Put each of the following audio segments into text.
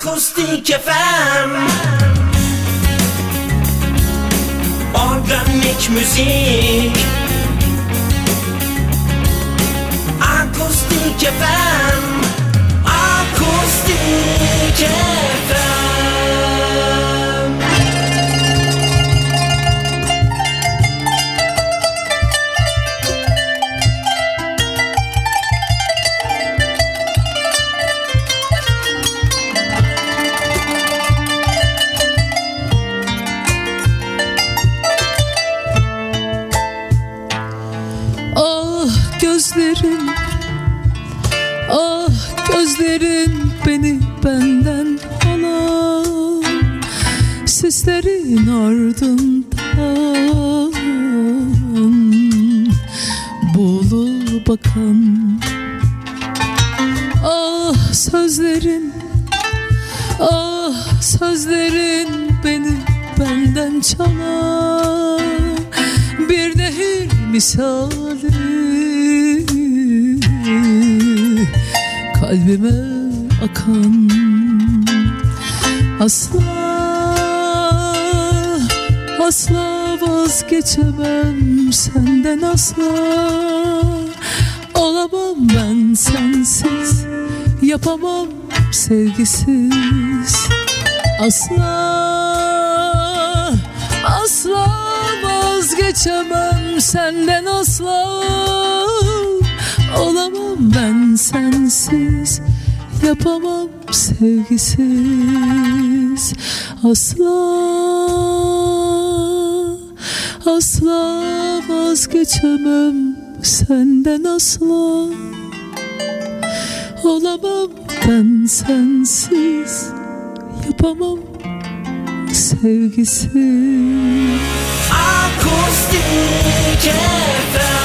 Akustik FM, organik müzik. Akustik FM, Akustik FM. Gözlerin, ah gözlerin beni benden alan, sislerin ardından bulup bakan. Ah sözlerin, ah sözlerin beni benden çalan, bir nehir misali kalbime akan. Asla, asla vazgeçemem senden, asla olamam ben sensiz, yapamam sevgisiz. Asla, asla vazgeçemem senden, asla olamam ben sensiz, yapamam sevgisiz. Asla, asla vazgeçemem senden, asla olamam ben sensiz, yapamam sevgisiz. Akustik FM.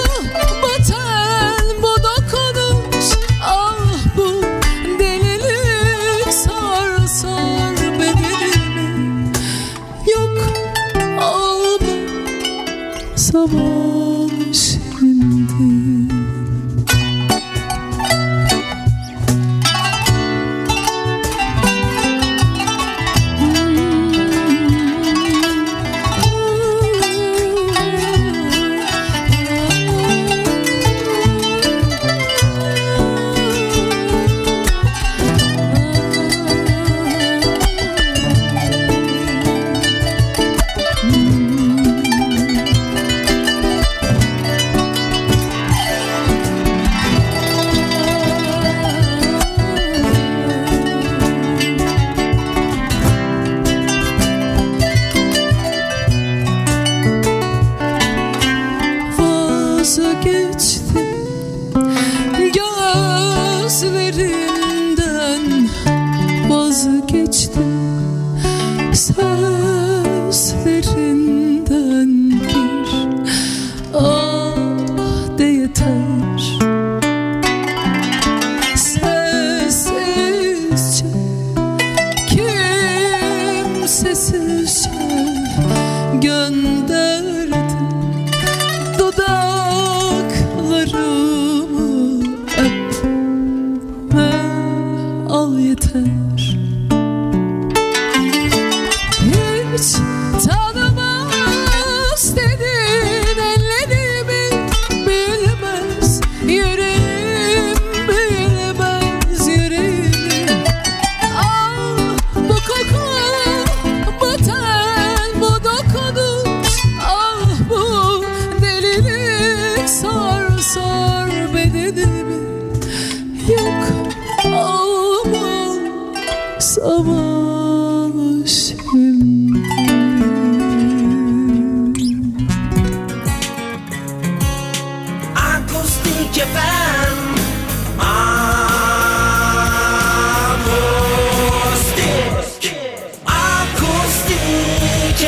Batan bu dokunuş, ah bu delilik. geçti. Sözlerinden bir ah de yeter. Sessizce, kimsesizce gönderdim dudaklarımı, öpme al yeter. Hiç tanımaz dedin ellerimi, bilmez yüreğim, bilmez yüreğimi. Ah bu koku, bu ten, bu dokunuş, ah bu delilik sar sar bedenimi. Yok olmaz şimdi. Akustik FM. Akustik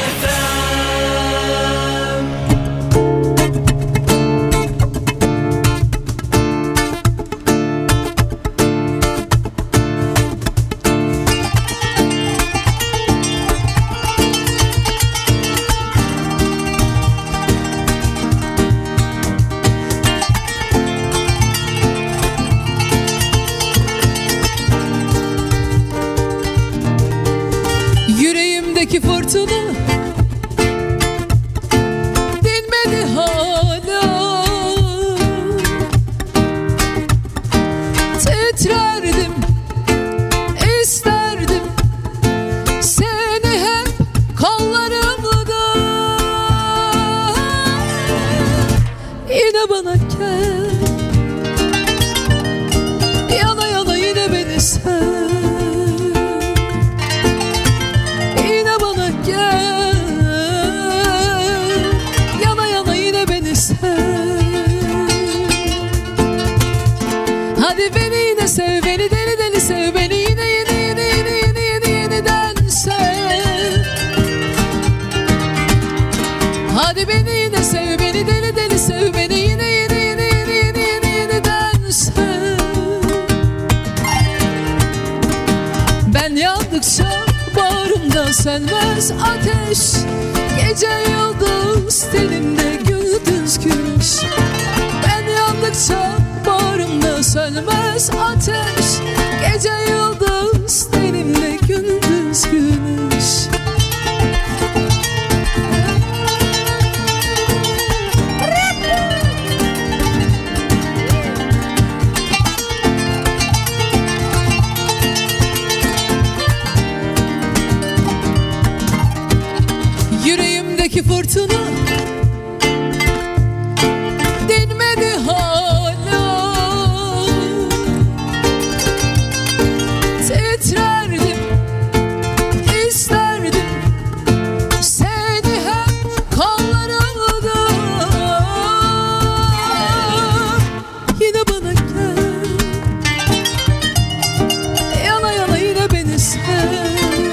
FM. Yüreğimdeki fırtına dinmedi hala. Titrerdim, isterdim seni hep kollarımda. Yine bana gel, yana yana yine beni sev. Yine bana gel, yana yana yine beni sev. Hadi beni yine sev, beni deli deli sev, beni yine yine yine yine yine yine yeniden sev. Hadi beni yine sev, beni deli deli sev, beni yine yine yine yine yine yine yeniden sev. Ben yandıkça bağrımda sönmez ateş, gece yıldız tenimde gündüz güneş. Ben yandıkça bağrımda sönmez ateş, gece yıldız tenimde gündüz güneş. Yüreğimdeki fırtına dinmedi hala. Titrerdim, isterdim seni hep kollarımda. Yine bana gel, yana yana yine beni sev.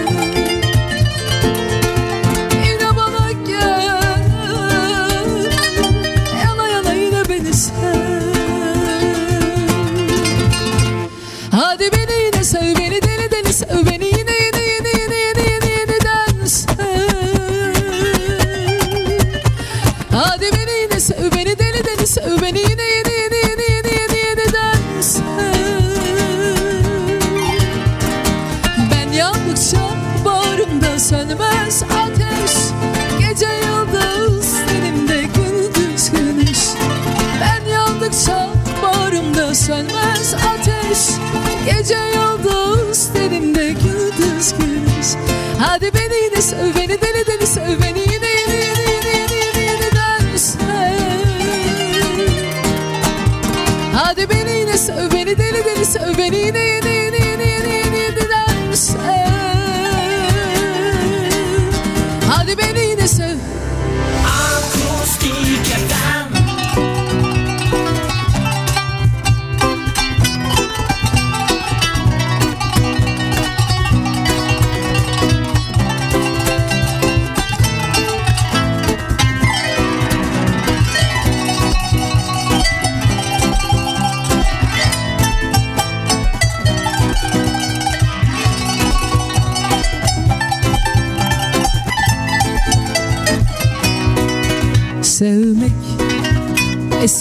Yine bana gel, yana yana yine beni sev. Hadi beni yine sev, beni deli deli sev, beni yine yine yine yine yine yine yeniden sev. Hadi beni yine sev, beni deli deli sev, beni yine yine yine yine yine yine yeniden sev. Ben yandıkça bağrımda sönmez ateş, gece yıldız tenimde gündüz güneş. Ben yandıkça bağrımda sönmez ateş, gece yıldız tenimde gündüz güneş. Hadi beni yine sev, beni deli deli sev, beni yine yine yine yine yine yine yeniden sev. Hadi beni yine sev, beni deli deli sev, beni yine yine yine yine yine yine yeniden sev. Hadi beni yine sev. Akustik FM.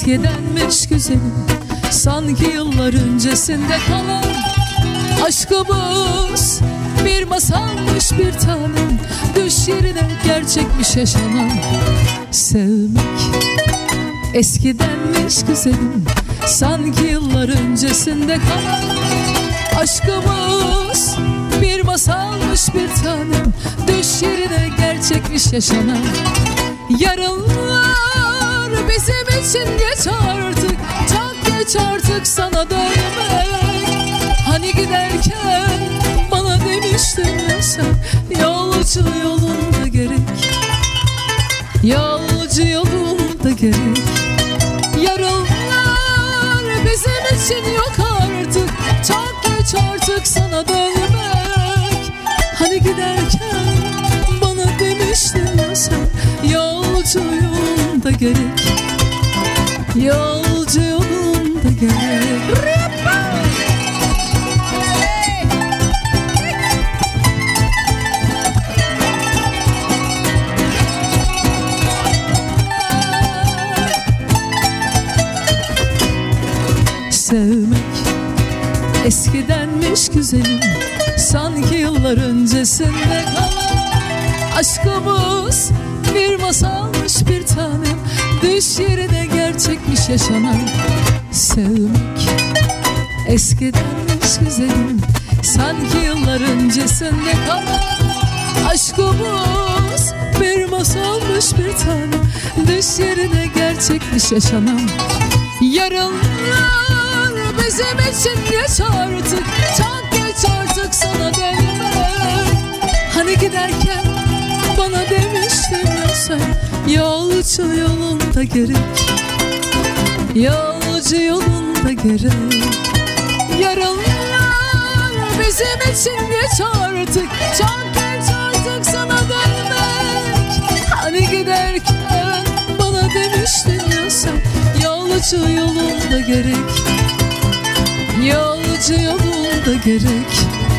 Eskidenmiş güzelim, sanki yıllar öncesinde kalan aşkımız bir masalmış bir tanem, düş yerine gerçekmiş yaşanan. Sevmek eskidenmiş güzelim, sanki yıllar öncesinde kalan aşkımız bir masalmış bir tanem, düş yerine gerçekmiş yaşanan. Yarınlar bizim için geç artık, çok geç artık sana dönmek. Hani giderken bana demiştin ya sen, yolcu yolunda gerek, yolcu yolunda gerek. Yarınlar bizim için yok artık, çok geç artık sana dönmek. Hani giderken bana demiştin ya sen, yolcu yolunda gerek, yolcu yolunda gerek. Sevmek eskidenmiş güzelim, sanki yıllar öncesinde kalan aşkımız bir masalmış bir tanem, düş yerine gerçekmiş yaşanan. Sevmek eskidenmiş güzelim, sanki yıllar öncesinde kalan aşkımız bir masalmış bir tanem, düş yerine gerçekmiş yaşanan. Yarınlar bizim için geç artık, çok geç artık sana dönmek. Hani giderken bana demiştin ya sen, yolcu yolunda gerek, yolcu yolunda gerek. Yarınlar bizim için geç artık, çok geç artık sana dönmek. Hani giderken bana demiştin ya sen, yolcu yolunda gerek, yolcu yolunda gerek,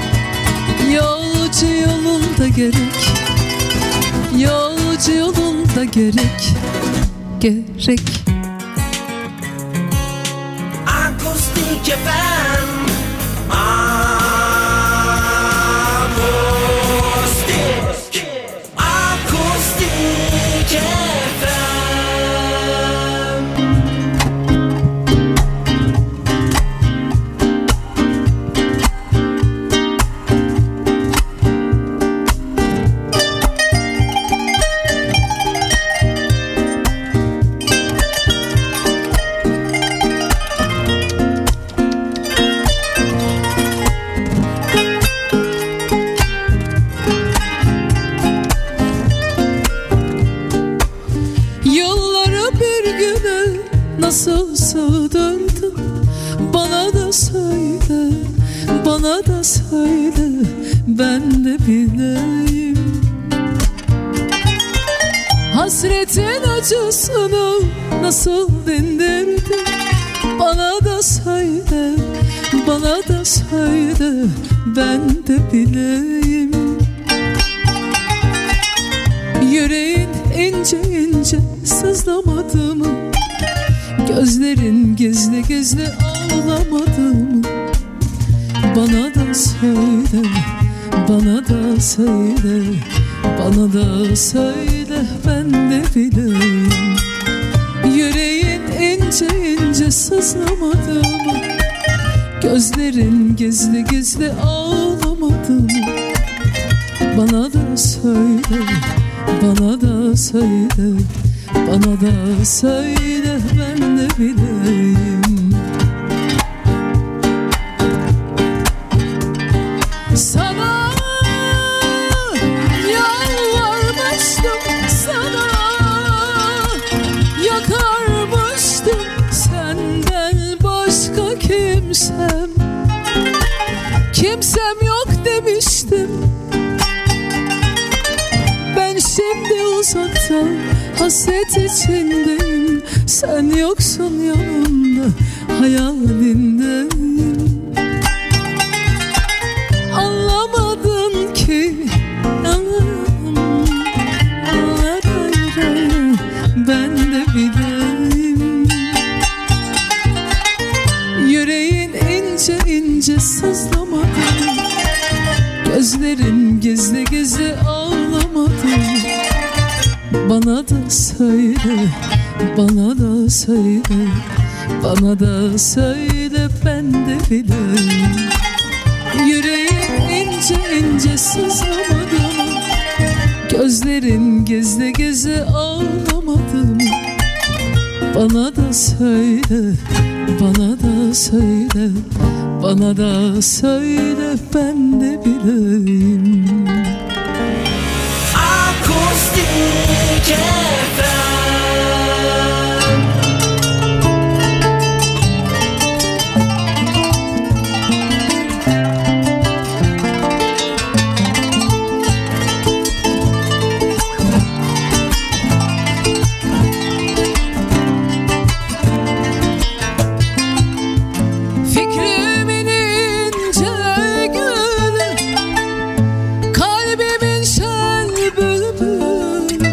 yolcu yolunda gerek, yolcu yolunda gerek, gerek. Akustik FM, Akustik FM. Nasıl sığdırdın, bana da söyle, bana da söyle, ben de bileyim. Hasretin acısını nasıl dindirdin, bana da söyle, bana da söyle, ben de bileyim. Yüreğin ince ince sızlamadı mı, gözlerin gizli gizli ağlamadı mı? Bana da söyle, bana da söyle, bana da söyle, ben de bileyim. Yüreğin ince ince sızlamadı mı, gözlerin gizli gizli ağlamadı mı? Bana da söyle, bana da söyle, bana da söyle, ben de bileyim. Sana yalvarmıştım, sana yakarmıştım, senden başka kimsem, kimsem yok demiştim. Ben şimdi uzakta hasret içindeyim, sen yoksun yanımda, hayalindeyim. Anlamadın ki, ben de bileyim. Gözlerin gizli gizli ağlamadı. Bana da söyle, bana da söyle, bana da söyle ben de bileyim. Yüreğim ince ince sızlamadı mı? Gözlerin gizli gizli ağlamadı mı? Bana da söyle, bana da söyle, bana da söyle ben de bileyim. Akustik FM. Fikrimin ince gülü, kalbimin şen bülbülü.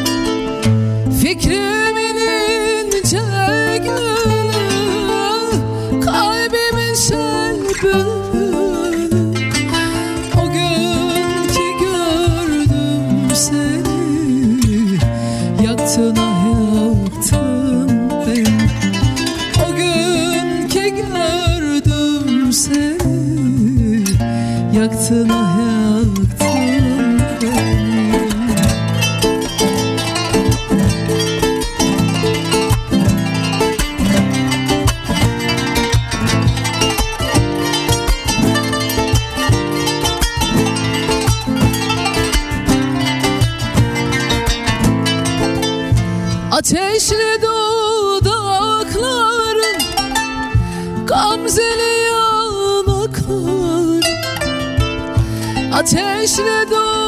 Fikrimin ince gülü, kalbimin şen bülbülü. O gün ki gördüm seni, yaktın ah yaktın beni. O gün ki gördüm seni, yaktın ah yaktın beni. Ateşli dudakların, gamzeli yanakların. Ateşli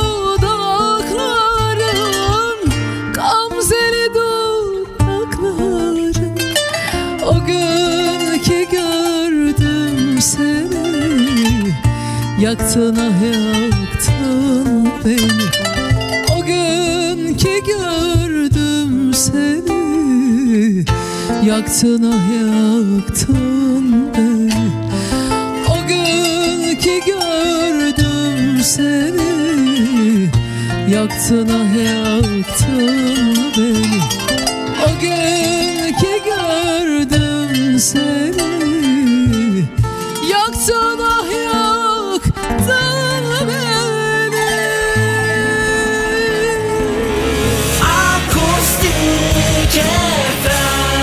dudakların, gamzeli dudakların. O gün ki gördüm seni, yaktın ah yaktın beni. O gün ki gördüm seni, yaktın ah yaktın beni. O gün ki gördüm seni, yaktın ah yaktın beni. O gün ki gördüm seni, yaktın ah yaktın beni. Akustik FM.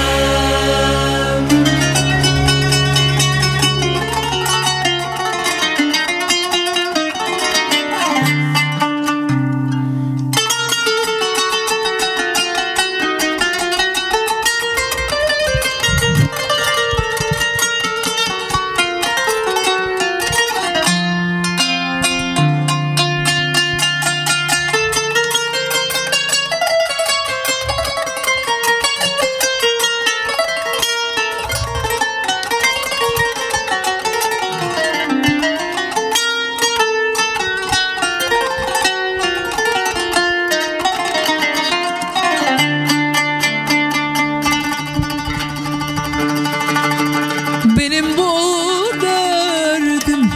Benim bu derdim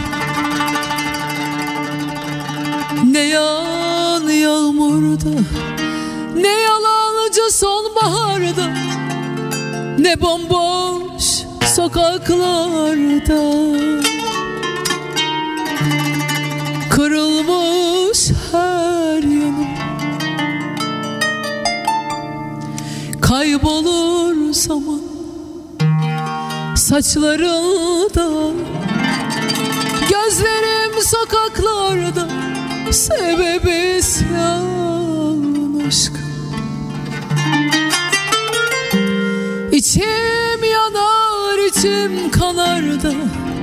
ne yağan yağmurda, ne yalancı sonbaharda, ne bomboş sokaklarda. Kırılmış her yanım, kaybolur zaman saçlarında. Gözlerim sokaklarda, sebebi isyan aşkım. İçim yanar, içim kanar da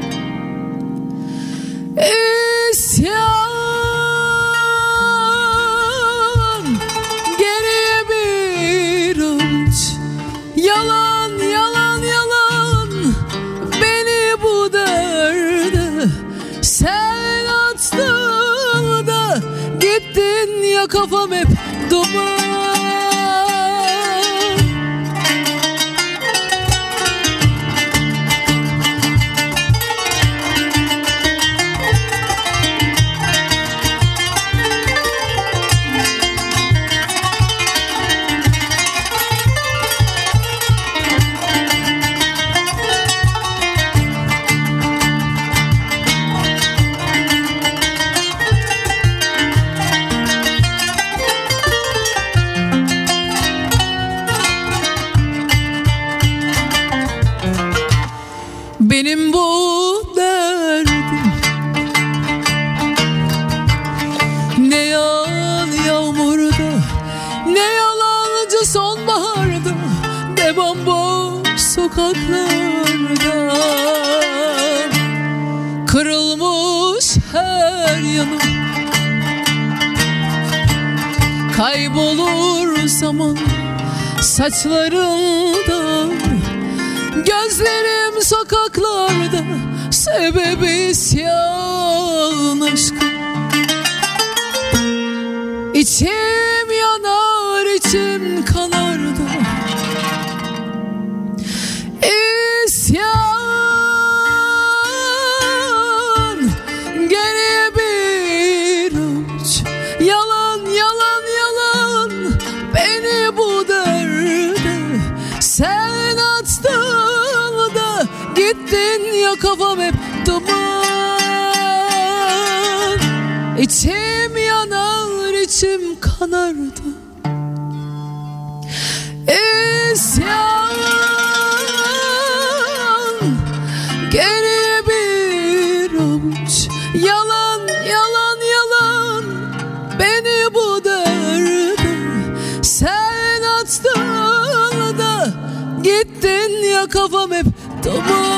isyan. Geriye bir avuç yalan, yalan, yalan. Beni bu derde sen attın da gittin ya, kafam hep duman. sokaklarda, kırılmış her yanım, kaybolur zaman saçlarında. Gözlerim sokaklarda, sebebi isyan aşkım. İçim yanar, içim kanar da İsyan. Geriye bir uç, yalan yalan yalan, beni bu derde sen attın da gittin ya, kafam hep duman. İçim yanar, içim kanar da İsyan. Geriye bir avuç, yalan yalan yalan, beni bu derde sen attın da gittin ya, kafam hep duman.